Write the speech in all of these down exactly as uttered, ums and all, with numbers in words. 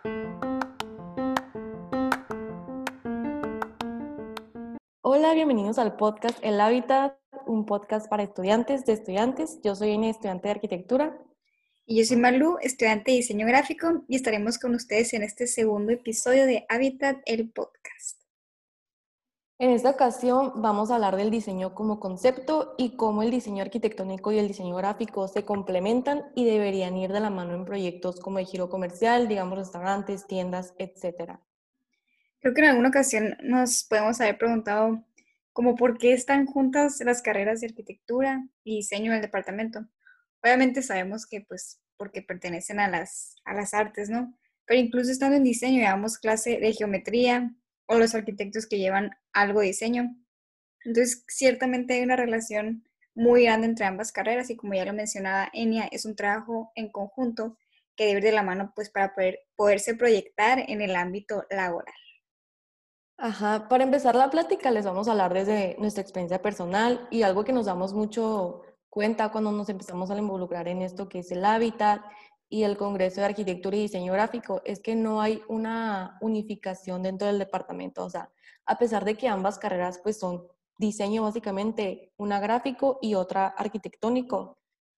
Hola, bienvenidos al podcast El Hábitat, un podcast para estudiantes de estudiantes. Yo soy una estudiante de arquitectura. Y yo soy Malu, estudiante de diseño gráfico, y estaremos con ustedes en este segundo episodio de Hábitat, el podcast. En esta ocasión vamos a hablar del diseño como concepto y cómo el diseño arquitectónico y el diseño gráfico se complementan y deberían ir de la mano en proyectos como de giro comercial, digamos restaurantes, tiendas, etcétera. Creo que en alguna ocasión nos podemos haber preguntado como por qué están juntas las carreras de arquitectura y diseño en el departamento. Obviamente sabemos que pues porque pertenecen a las, a las artes, ¿no? Pero incluso estando en diseño, llevamos clase de geometría o los arquitectos que llevan algo de diseño. Entonces, ciertamente hay una relación muy grande entre ambas carreras y como ya lo mencionaba Enia, es un trabajo en conjunto que debe ir de la mano pues para poder, poderse proyectar en el ámbito laboral. Ajá, para empezar la plática les vamos a hablar desde nuestra experiencia personal y algo que nos damos mucho cuenta cuando nos empezamos a involucrar en esto que es el hábitat y el Congreso de Arquitectura y Diseño Gráfico, es que no hay una unificación dentro del departamento. O sea, a pesar de que ambas carreras pues son diseño básicamente, una gráfico y otra arquitectónico,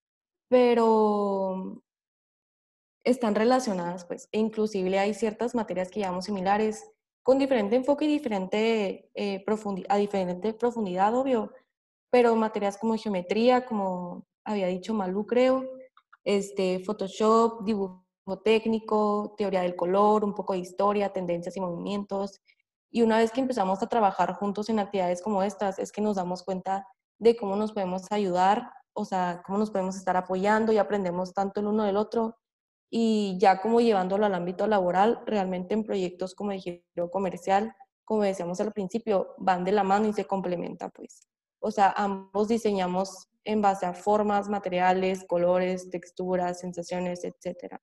pero están relacionadas, pues, e inclusive hay ciertas materias que llamamos similares, con diferente enfoque y diferente, eh, profundi a diferente profundidad, obvio, pero materias como geometría, como había dicho Malú, creo, este, Photoshop, dibujo técnico, teoría del color, un poco de historia, tendencias y movimientos. Y una vez que empezamos a trabajar juntos en actividades como estas, es que nos damos cuenta de cómo nos podemos ayudar, o sea, cómo nos podemos estar apoyando y aprendemos tanto el uno del otro y ya como llevándolo al ámbito laboral, realmente en proyectos como de giro comercial, como decíamos al principio, van de la mano y se complementan, pues. O sea, ambos diseñamos en base a formas, materiales, colores, texturas, sensaciones, etcétera.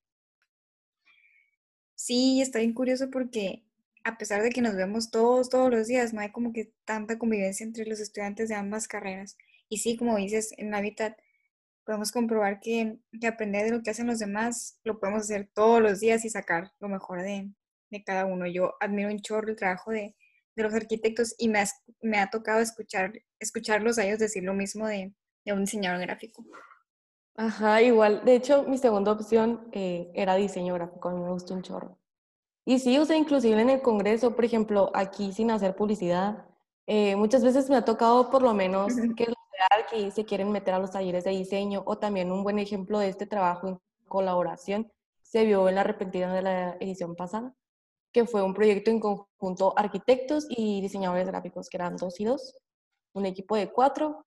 Sí, está bien curioso porque a pesar de que nos vemos todos, todos los días, no hay como que tanta convivencia entre los estudiantes de ambas carreras. Y sí, como dices, en Habitat podemos comprobar que, que aprender de lo que hacen los demás lo podemos hacer todos los días y sacar lo mejor de, de cada uno. Yo admiro un chorro el trabajo de, de los arquitectos y me, has- me ha tocado escuchar, escucharlos a ellos decir lo mismo de, de un diseñador gráfico. Ajá, igual. De hecho, mi segunda opción eh, era diseño gráfico, a mí me gusta un chorro. Y sí, o sea, inclusive en el Congreso, por ejemplo, aquí sin hacer publicidad, eh, muchas veces me ha tocado por lo menos que los de Arqui se quieren meter a los talleres de diseño, o también un buen ejemplo de este trabajo en colaboración se vio en la repentina de la edición pasada, que fue un proyecto en conjunto arquitectos y diseñadores gráficos, que eran dos y dos, un equipo de cuatro.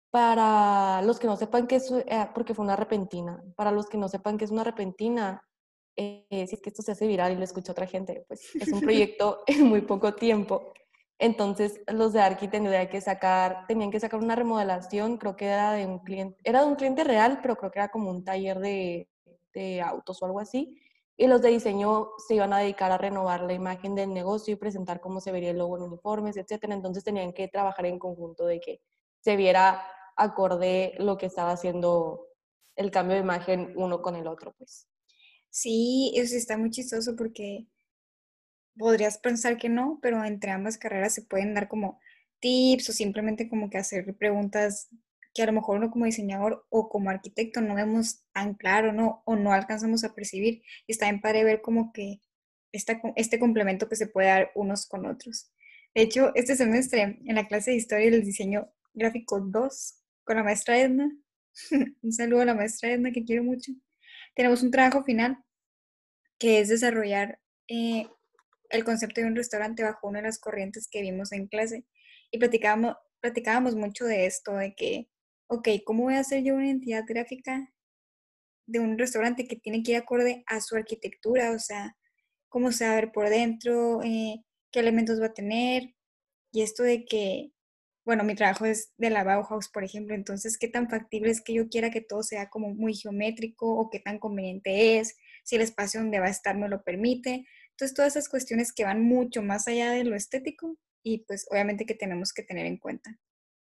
Para los que no sepan qué es, eh, porque fue una repentina, para los que no sepan qué es una repentina, eh, si es que esto se hace viral y lo escucha otra gente, pues es un proyecto en muy poco tiempo. Entonces, los de Arqui tendrían que sacar, tenían que sacar una remodelación, creo que era de un cliente, era de un cliente real, pero creo que era como un taller de, de autos o algo así. Y los de diseño se iban a dedicar a renovar la imagen del negocio y presentar cómo se vería el logo en uniformes, etcétera. Entonces tenían que trabajar en conjunto de que se viera acorde lo que estaba haciendo el cambio de imagen uno con el otro, pues. Sí, eso sí está muy chistoso porque podrías pensar que no, pero entre ambas carreras se pueden dar como tips o simplemente como que hacer preguntas que a lo mejor uno como diseñador o como arquitecto no vemos tan claro, ¿no? O no alcanzamos a percibir. Y está bien padre ver como que esta, este complemento que se puede dar unos con otros. De hecho, este semestre en la clase de Historia del Diseño Gráfico dos con la maestra Edna, un saludo a la maestra Edna que quiero mucho, tenemos un trabajo final que es desarrollar eh, el concepto de un restaurante bajo una de las corrientes que vimos en clase y platicábamos, platicábamos mucho de esto, de que, ok, ¿cómo voy a hacer yo una identidad gráfica de un restaurante que tiene que ir acorde a su arquitectura? O sea, cómo se va a ver por dentro, eh, qué elementos va a tener, y esto de que, bueno, mi trabajo es de la Bauhaus, por ejemplo, entonces, ¿qué tan factible es que yo quiera que todo sea como muy geométrico o qué tan conveniente es, si el espacio donde va a estar me lo permite? Entonces, todas esas cuestiones que van mucho más allá de lo estético y pues obviamente que tenemos que tener en cuenta.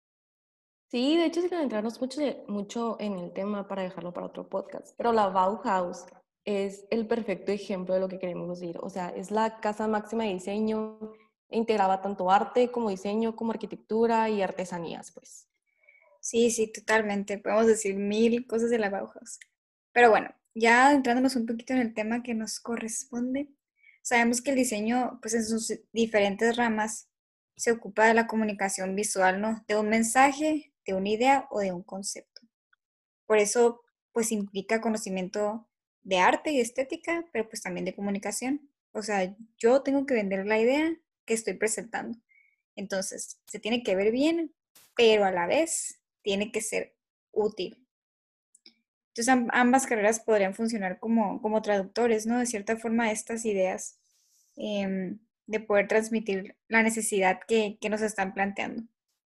Sí, de hecho, sin adentrarnos mucho, de- mucho en el tema para dejarlo para otro podcast, pero la Bauhaus es el perfecto ejemplo de lo que queremos decir. O sea, es la casa máxima de diseño, e integraba tanto arte como diseño, como arquitectura y artesanías, pues. Sí, sí, totalmente. Podemos decir mil cosas de la Bauhaus. Pero bueno, ya entrándonos un poquito en el tema que nos corresponde, sabemos que el diseño, pues en sus diferentes ramas, se ocupa de la comunicación visual, ¿no? De un mensaje, de una idea o de un concepto. Por eso, pues implica conocimiento de arte y estética, pero pues también de comunicación. O sea, yo tengo que vender la idea que estoy presentando. Entonces, se tiene que ver bien, pero a la vez tiene que ser útil. Entonces, am- ambas carreras podrían funcionar como, como traductores, ¿no? De cierta forma, estas ideas em, de poder transmitir la necesidad que, que nos están planteando.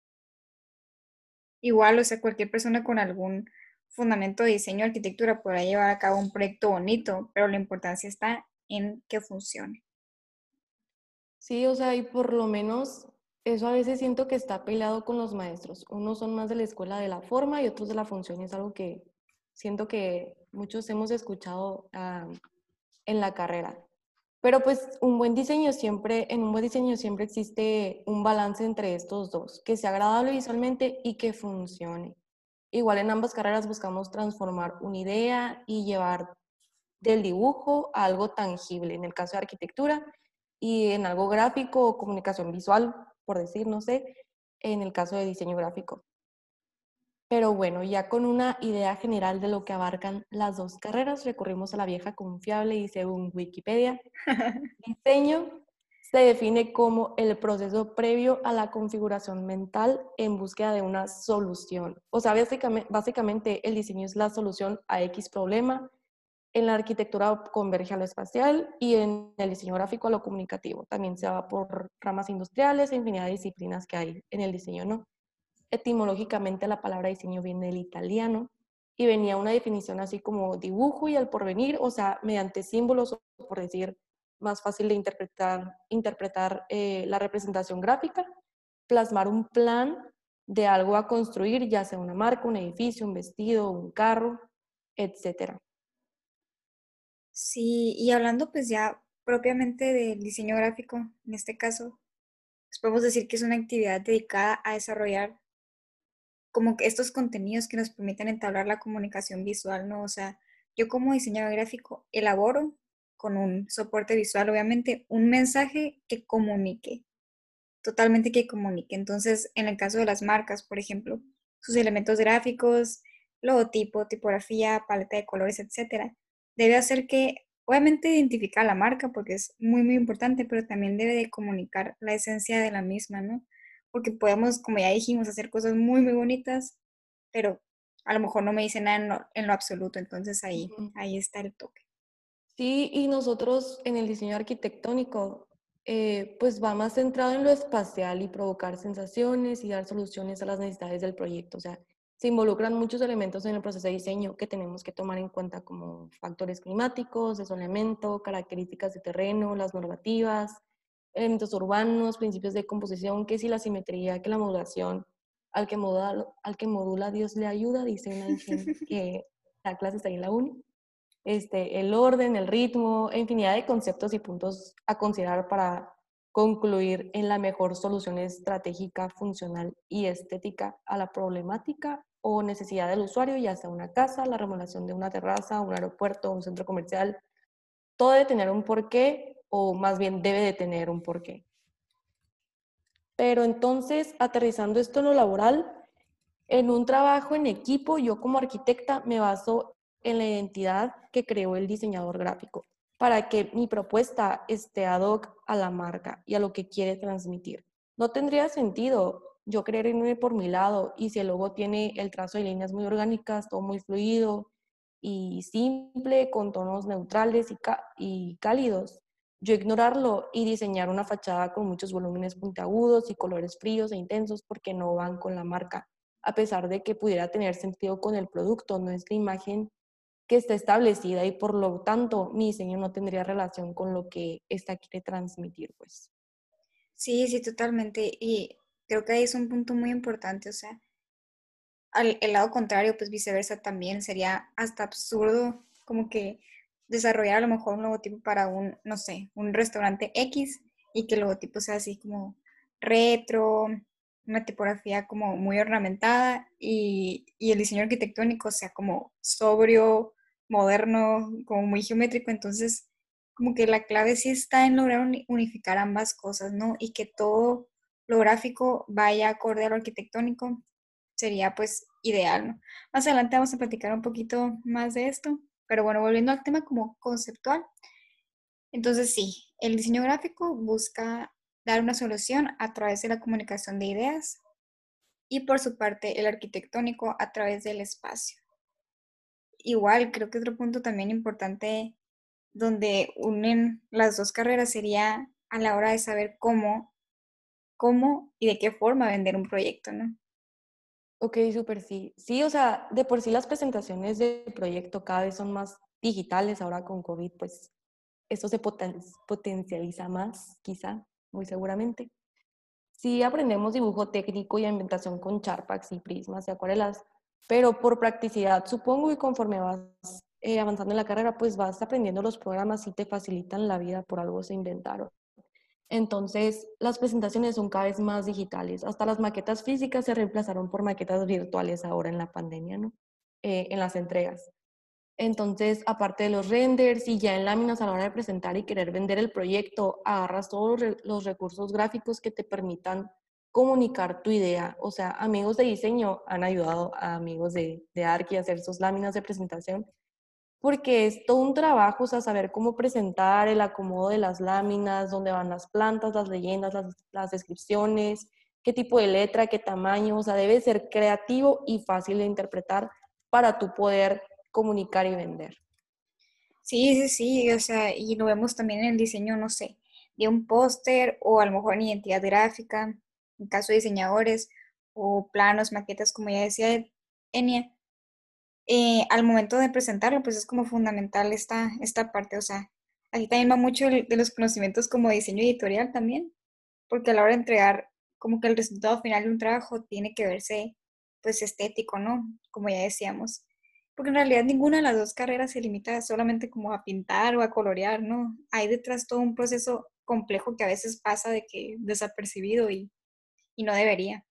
Igual, o sea, cualquier persona con algún fundamento de diseño o arquitectura podrá llevar a cabo un proyecto bonito, pero la importancia está en que funcione. Sí, o sea, y por lo menos eso a veces siento que está peleado con los maestros. Unos son más de la escuela de la forma y otros de la función. Y es algo que siento que muchos hemos escuchado ah, en la carrera. Pero pues un buen diseño siempre, en un buen diseño siempre existe un balance entre estos dos, que sea agradable visualmente y que funcione. Igual en ambas carreras buscamos transformar una idea y llevar del dibujo a algo tangible, en el caso de arquitectura, y en algo gráfico o comunicación visual, por decir, no sé, en el caso de diseño gráfico. Pero bueno, ya con una idea general de lo que abarcan las dos carreras, recurrimos a la vieja confiable y según Wikipedia, diseño se define como el proceso previo a la configuración mental en búsqueda de una solución. O sea, básicamente, básicamente el diseño es la solución a X problema. En la arquitectura converge a lo espacial y en el diseño gráfico a lo comunicativo. También se va por ramas industriales e infinidad de disciplinas que hay en el diseño, ¿no? Etimológicamente la palabra diseño viene del italiano y venía una definición así como dibujo y al porvenir, o sea, mediante símbolos, por decir, más fácil de interpretar, interpretar eh, la representación gráfica, plasmar un plan de algo a construir, ya sea una marca, un edificio, un vestido, un carro, etcétera. Sí, y hablando pues ya propiamente del diseño gráfico, en este caso, pues podemos decir que es una actividad dedicada a desarrollar como que estos contenidos que nos permiten entablar la comunicación visual, ¿no? O sea, yo como diseñador gráfico elaboro con un soporte visual, obviamente, un mensaje que comunique, totalmente que comunique. Entonces, en el caso de las marcas, por ejemplo, sus elementos gráficos, logotipo, tipografía, paleta de colores, etcétera, debe hacer que, obviamente, identificar la marca porque es muy, muy importante, pero también debe de comunicar la esencia de la misma, ¿no? Porque podemos, como ya dijimos, hacer cosas muy, muy bonitas, pero a lo mejor no me dice nada en lo, en lo absoluto, entonces ahí, Ujú. ahí está el toque. Sí, y nosotros en el diseño arquitectónico, eh, pues va más centrado en lo espacial y provocar sensaciones y dar soluciones a las necesidades del proyecto. O sea, se involucran muchos elementos en el proceso de diseño que tenemos que tomar en cuenta como factores climáticos, desolamiento, características de terreno, las normativas, elementos urbanos, principios de composición, que si la simetría, que la modulación, al que modula, al que modula Dios le ayuda, dice una ingen que da clases ahí en la uni este, el orden, el ritmo, e infinidad de conceptos y puntos a considerar para concluir en la mejor solución estratégica, funcional y estética a la problemática o necesidad del usuario, ya sea una casa, la remodelación de una terraza, un aeropuerto, un centro comercial. Todo debe tener un porqué, o más bien debe de tener un porqué. Pero entonces, aterrizando esto en lo laboral, en un trabajo en equipo, yo como arquitecta me baso en la identidad que creó el diseñador gráfico para que mi propuesta esté ad hoc a la marca y a lo que quiere transmitir. No tendría sentido yo querer irme por mi lado y si el logo tiene el trazo de líneas muy orgánicas, todo muy fluido y simple, con tonos neutrales y, y cálidos, yo ignorarlo y diseñar una fachada con muchos volúmenes puntiagudos y colores fríos e intensos porque no van con la marca a pesar de que pudiera tener sentido con el producto, no es la imagen que está establecida y por lo tanto mi diseño no tendría relación con lo que esta quiere transmitir, pues. Sí, sí, totalmente. Y creo que ahí es un punto muy importante, o sea, al el lado contrario, pues viceversa también sería hasta absurdo como que desarrollar a lo mejor un logotipo para un, no sé, un restaurante X y que el logotipo sea así como retro, una tipografía como muy ornamentada y, y el diseño arquitectónico sea como sobrio, moderno, como muy geométrico. Entonces, como que la clave sí está en lograr uni- unificar ambas cosas, ¿no? Y que todo lo gráfico vaya acorde a lo arquitectónico sería pues ideal, ¿no? Más adelante vamos a platicar un poquito más de esto, pero bueno, volviendo al tema como conceptual, entonces sí, el diseño gráfico busca dar una solución a través de la comunicación de ideas y por su parte el arquitectónico a través del espacio. Igual, creo que otro punto también importante donde unen las dos carreras sería a la hora de saber cómo, cómo y de qué forma vender un proyecto, ¿no? Ok, súper sí. Sí, o sea, de por sí las presentaciones de proyecto cada vez son más digitales. Ahora con COVID, pues esto se poten- potencializa más, quizá, muy seguramente. Sí aprendemos dibujo técnico y ambientación con Charpax y prismas y acuarelas, pero por practicidad, supongo que conforme vas eh, avanzando en la carrera, pues vas aprendiendo los programas y te facilitan la vida, por algo se inventaron. Entonces, las presentaciones son cada vez más digitales. Hasta las maquetas físicas se reemplazaron por maquetas virtuales ahora en la pandemia, ¿no? Eh, en las entregas. Entonces, aparte de los renders y ya en láminas a la hora de presentar y querer vender el proyecto, agarras todos los, re- los recursos gráficos que te permitan comunicar tu idea. O sea, amigos de diseño han ayudado a amigos de, de Arqui a hacer sus láminas de presentación porque es todo un trabajo, o sea, saber cómo presentar el acomodo de las láminas, dónde van las plantas, las leyendas, las, las descripciones, qué tipo de letra, qué tamaño, o sea, debe ser creativo y fácil de interpretar para tú poder comunicar y vender. Sí, sí, sí, o sea, y lo vemos también en el diseño, no sé, de un póster o a lo mejor en identidad gráfica, en caso de diseñadores, o planos, maquetas, como ya decía Enia. Eh, al momento de presentarlo, pues es como fundamental esta, esta parte, o sea, aquí también va mucho el- de los conocimientos como diseño editorial también, porque a la hora de entregar, como que el resultado final de un trabajo tiene que verse, pues, estético, ¿no? Como ya decíamos. Porque en realidad ninguna de las dos carreras se limita solamente como a pintar o a colorear, ¿no? Hay detrás todo un proceso complejo que a veces pasa de que desapercibido y, y no debería.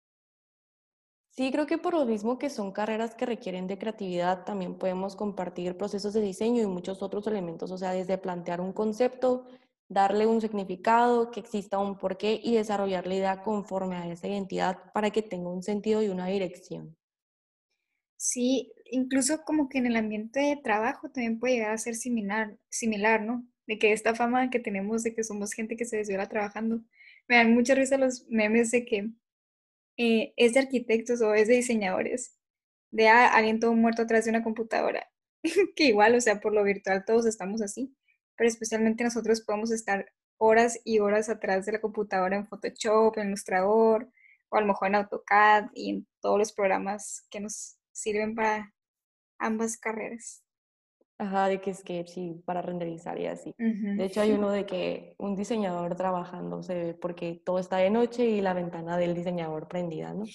Sí, creo que por lo mismo que son carreras que requieren de creatividad, también podemos compartir procesos de diseño y muchos otros elementos, o sea, desde plantear un concepto, darle un significado, que exista un porqué y desarrollar la idea conforme a esa identidad para que tenga un sentido y una dirección. Sí, incluso como que en el ambiente de trabajo también puede llegar a ser similar, similar, ¿no? De que esta fama que tenemos de que somos gente que se desvela trabajando. Me dan mucha risa los memes de que eh, es de arquitectos o es de diseñadores, de ah, alguien todo muerto atrás de una computadora. Que igual, o sea, por lo virtual todos estamos así, pero especialmente nosotros podemos estar horas y horas atrás de la computadora en Photoshop, en Illustrator, o a lo mejor en AutoCAD y en todos los programas que nos sirven para ambas carreras. Ajá, de que sketch y para renderizar y así. Ujú. De hecho, hay uno de que un diseñador trabajando se ve porque todo está de noche y la ventana del diseñador prendida, ¿no?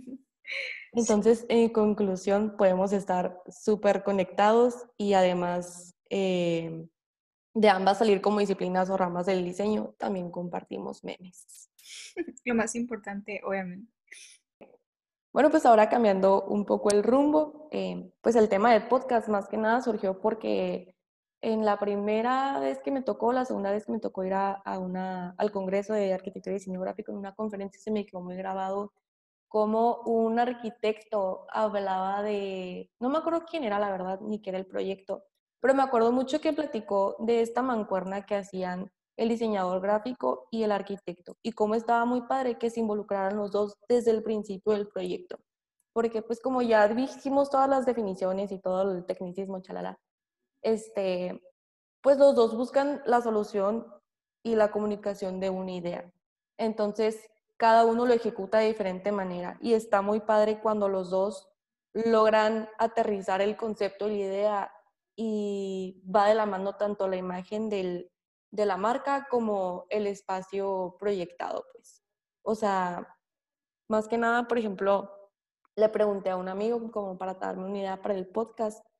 Sí, Entonces, en conclusión, podemos estar súper conectados y además eh, de ambas salir como disciplinas o ramas del diseño, también compartimos memes. lo más importante, obviamente. Bueno, pues ahora cambiando un poco el rumbo, eh, pues el tema del podcast más que nada surgió porque en la primera vez que me tocó, la segunda vez que me tocó ir a, a una, al Congreso de Arquitectura y Diseño Gráfico en una conferencia, se me quedó muy grabado como un arquitecto hablaba de, no me acuerdo quién era la verdad, ni qué era el proyecto, pero me acuerdo mucho que platicó de esta mancuerna que hacían el diseñador gráfico y el arquitecto, y cómo estaba muy padre que se involucraran los dos desde el principio del proyecto, porque pues como ya dijimos todas las definiciones y todo el tecnicismo, chalala, este, pues los dos buscan la solución y la comunicación de una idea. Entonces, cada uno lo ejecuta de diferente manera y está muy padre cuando los dos logran aterrizar el concepto y la idea y va de la mano tanto la imagen del, de la marca como el espacio proyectado, pues. O sea, más que nada, por ejemplo, le pregunté a un amigo como para darme una idea para el podcast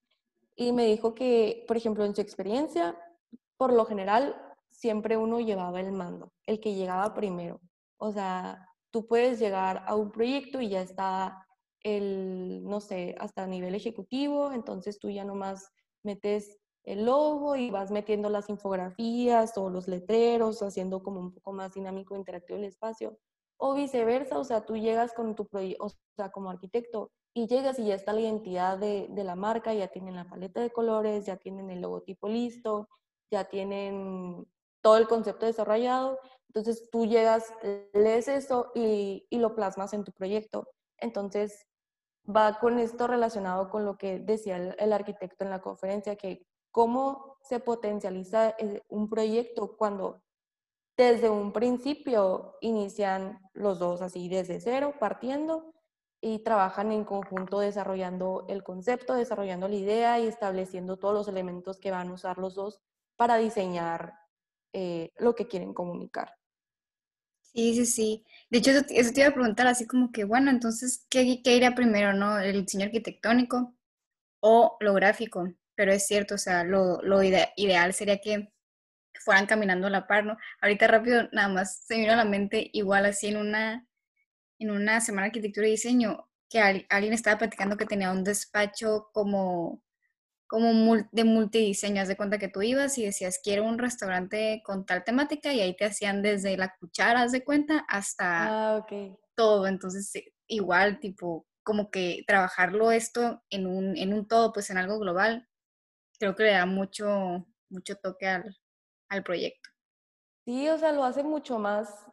y me dijo que, por ejemplo, en su experiencia, por lo general, siempre uno llevaba el mando, el que llegaba primero. O sea, tú puedes llegar a un proyecto y ya está el, no sé, hasta nivel ejecutivo, entonces tú ya nomás metes el logo y vas metiendo las infografías o los letreros, haciendo como un poco más dinámico, interactivo el espacio. O viceversa, o sea, tú llegas con tu proyecto, o sea, como arquitecto, y llegas y ya está la identidad de, de la marca, ya tienen la paleta de colores, ya tienen el logotipo listo, ya tienen todo el concepto desarrollado. Entonces tú llegas, lees eso y, y lo plasmas en tu proyecto. Entonces va con esto relacionado con lo que decía el, el arquitecto en la conferencia, que cómo se potencializa un proyecto cuando desde un principio inician los dos así desde cero, partiendo y trabajan en conjunto desarrollando el concepto, desarrollando la idea y estableciendo todos los elementos que van a usar los dos para diseñar eh, lo que quieren comunicar. Sí, sí, sí. De hecho, eso te, eso te iba a preguntar, así como que, bueno, entonces, ¿qué, qué iría primero, no? ¿El diseño arquitectónico o lo gráfico? Pero es cierto, o sea, lo, lo ide- ideal sería que fueran caminando a la par, ¿no? Ahorita rápido, nada más se me vino a la mente, igual así en una, en una semana de arquitectura y diseño, que al- alguien estaba platicando que tenía un despacho como como mul- de multidiseño. Haz de cuenta que tú ibas y decías, quiero un restaurante con tal temática y ahí te hacían desde la cuchara, haz de cuenta, hasta Ah, ok. todo. Entonces, eh, igual, tipo, como que trabajarlo esto en un, en un todo, pues en algo global, creo que le da mucho, mucho toque al, al proyecto. Sí, o sea, lo hace mucho más,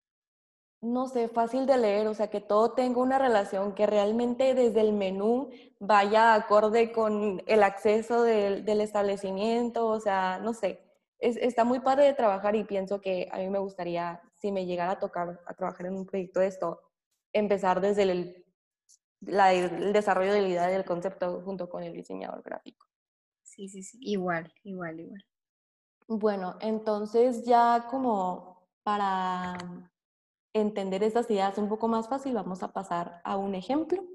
no sé, fácil de leer, o sea, que todo tenga una relación, que realmente desde el menú vaya acorde con el acceso del, del establecimiento, o sea, no sé, es, está muy padre de trabajar y pienso que a mí me gustaría, si me llegara a tocar a trabajar en un proyecto de esto, empezar desde el, la- el desarrollo de la idea del concepto junto con el diseñador gráfico. Sí, sí, sí, igual, igual, igual. Bueno, entonces ya como para entender estas ideas un poco más fácil, vamos a pasar a un ejemplo.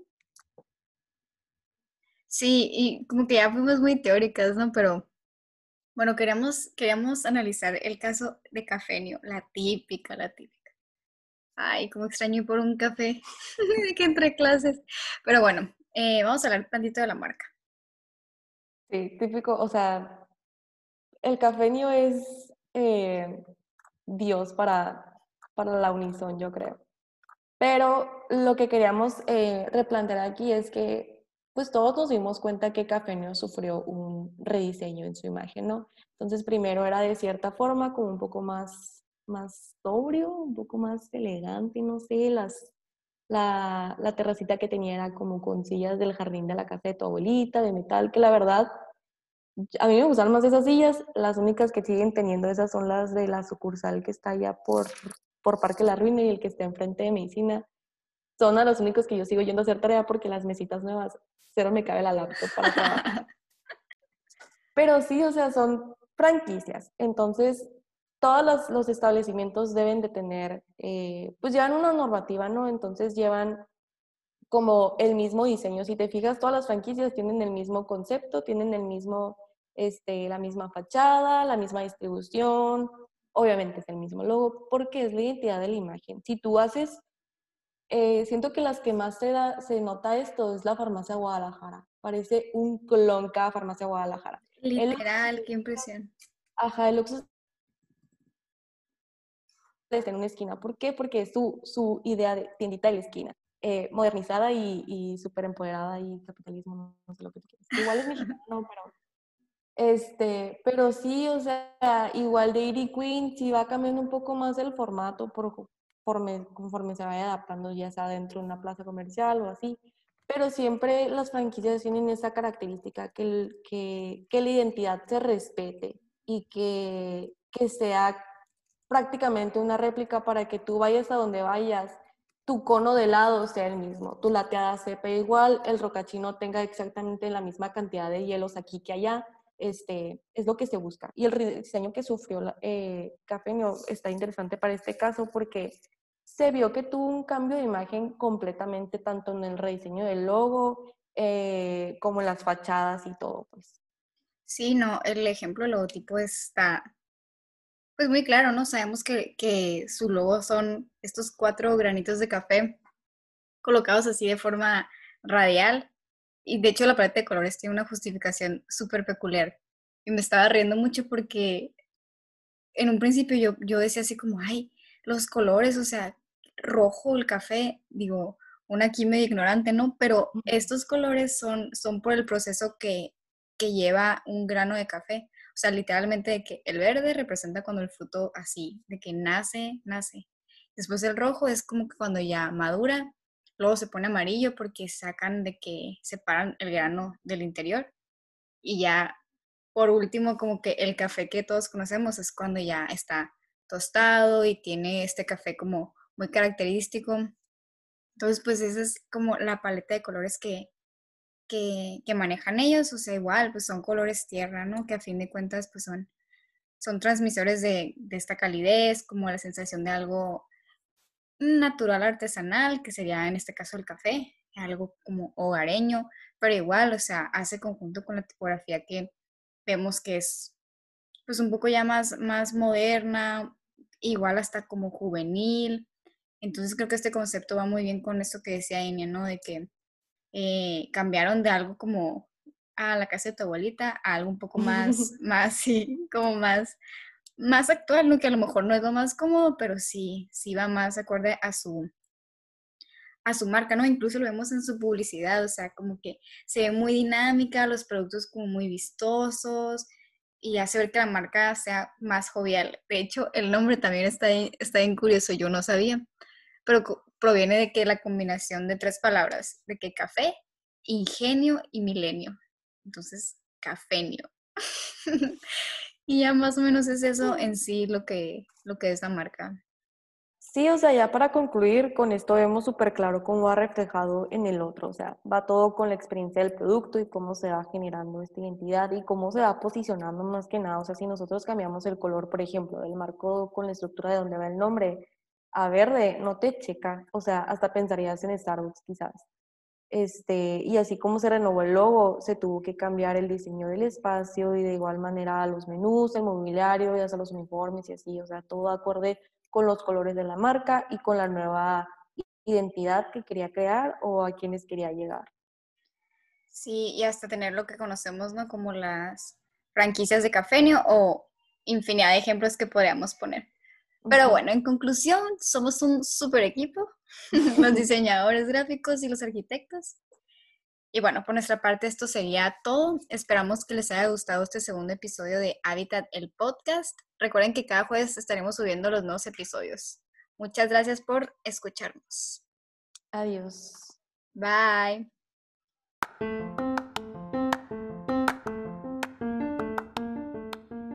Sí, y como que ya fuimos muy teóricas, ¿no? Pero bueno, queríamos, queríamos analizar el caso de Cafenio, la típica, la típica. Ay, cómo extraño ir por un café de que entre clases. Pero bueno, eh, vamos a hablar un tantito de la marca. Sí, típico, o sea, el cafeño es eh, Dios para, para la Unison, yo creo. Pero lo que queríamos eh, replantear aquí es que pues todos nos dimos cuenta que Cafeño sufrió un rediseño en su imagen, ¿no? Entonces primero era de cierta forma como un poco más, más sobrio, un poco más elegante, no sé, las, la, la terracita que tenía era como con sillas del jardín de la casa de tu abuelita, de metal, que la verdad a mí me gustan más esas sillas, las únicas que siguen teniendo esas son las de la sucursal que está allá por, por Parque La Ruina y el que está enfrente de Medicina. Son a los únicos que yo sigo yendo a hacer tarea porque las mesitas nuevas, cero me cabe la laptop para trabajar. Pero sí, o sea, son franquicias. Entonces, todos los, los establecimientos deben de tener, eh, pues llevan una normativa, ¿no? Entonces llevan como el mismo diseño. Si te fijas, todas las franquicias tienen el mismo concepto, tienen el mismo, este, la misma fachada, la misma distribución, obviamente es el mismo logo, porque es la identidad de la imagen. Si tú haces, eh, siento que las que más se, da, se nota esto es la farmacia Guadalajara. Parece un clon cada farmacia Guadalajara. El, Literal, qué impresión. ajá, el Oxxo está en una esquina. ¿Por qué? Porque es su, su idea de tiendita de la esquina. Eh, modernizada y, y súper empoderada y capitalismo, no, no sé lo que tú quieras. Igual es mexicano, pero, este, pero sí, o sea, igual de Dairy Queen, sí va cambiando un poco más el formato por, conforme, conforme se vaya adaptando, ya sea dentro de una plaza comercial o así. Pero siempre las franquicias tienen esa característica, que, el, que, que la identidad se respete y que, que sea prácticamente una réplica para que tú vayas a donde vayas, tu cono de helado sea el mismo, tu lateada sepa igual, el rocachino tenga exactamente la misma cantidad de hielos aquí que allá, este, es lo que se busca. Y el diseño que sufrió eh, Cafeño está interesante para este caso porque se vio que tuvo un cambio de imagen completamente, tanto en el rediseño del logo, eh, como en las fachadas y todo, pues. Sí, no, el ejemplo del logotipo está, pues muy claro, ¿no? Sabemos que, que su logo son estos cuatro granitos de café colocados así de forma radial. Y de hecho la paleta de colores tiene una justificación súper peculiar. Y me estaba riendo mucho porque en un principio yo, yo decía así como, ay, los colores, o sea, rojo, el café, digo, una aquí medio ignorante, ¿no? Pero Ujú. estos colores son, son por el proceso que, que lleva un grano de café. O sea, literalmente de que el verde representa cuando el fruto así, de que nace, nace. Después el rojo es como que cuando ya madura, luego se pone amarillo porque sacan de que separan el grano del interior y ya por último, como que el café que todos conocemos es cuando ya está tostado y tiene este café como muy característico. Entonces, pues esa es como la paleta de colores que, que, que manejan ellos. O sea, igual, pues son colores tierra, ¿no? Que a fin de cuentas, pues son, son transmisores de, de esta calidez, como la sensación de algo natural artesanal, que sería en este caso el café, algo como hogareño, pero igual, o sea, hace conjunto con la tipografía que vemos que es pues un poco ya más, más moderna, igual hasta como juvenil. Entonces creo que este concepto va muy bien con esto que decía Enya, ¿no? De que eh, cambiaron de algo como a la casa de tu abuelita a algo un poco más, más, sí, como más, más actual, ¿no? Que a lo mejor no es lo más cómodo, pero sí, sí va más acorde a su, a su marca, ¿no? Incluso lo vemos en su publicidad, o sea, como que se ve muy dinámica, los productos como muy vistosos y hace ver que la marca sea más jovial. De hecho, el nombre también está, bien- está bien curioso, yo no sabía, pero co- proviene de que la combinación de tres palabras, de que café, ingenio y milenio. Entonces, cafenio. Y ya más o menos es eso en sí lo que, lo que es la marca. Sí, o sea, ya para concluir, con esto vemos súper claro cómo va reflejado en el otro, o sea, va todo con la experiencia del producto y cómo se va generando esta identidad y cómo se va posicionando más que nada, o sea, si nosotros cambiamos el color, por ejemplo, del marco con la estructura de donde va el nombre a verde, no te checa, o sea, hasta pensarías en Starbucks quizás. Este, y así como se renovó el logo, se tuvo que cambiar el diseño del espacio y de igual manera los menús, el mobiliario y hasta los uniformes y así, o sea, todo acorde con los colores de la marca y con la nueva identidad que quería crear o a quienes quería llegar. Sí, y hasta tener lo que conocemos, ¿no? Como las franquicias de Cafenio o infinidad de ejemplos que podríamos poner. Pero Ujú. bueno, en conclusión, somos un super equipo, los diseñadores gráficos y los arquitectos. Y bueno, por nuestra parte esto sería todo. Esperamos que les haya gustado este segundo episodio de Habitat, el podcast. Recuerden que cada jueves estaremos subiendo los nuevos episodios. Muchas gracias por escucharnos. Adiós. Bye.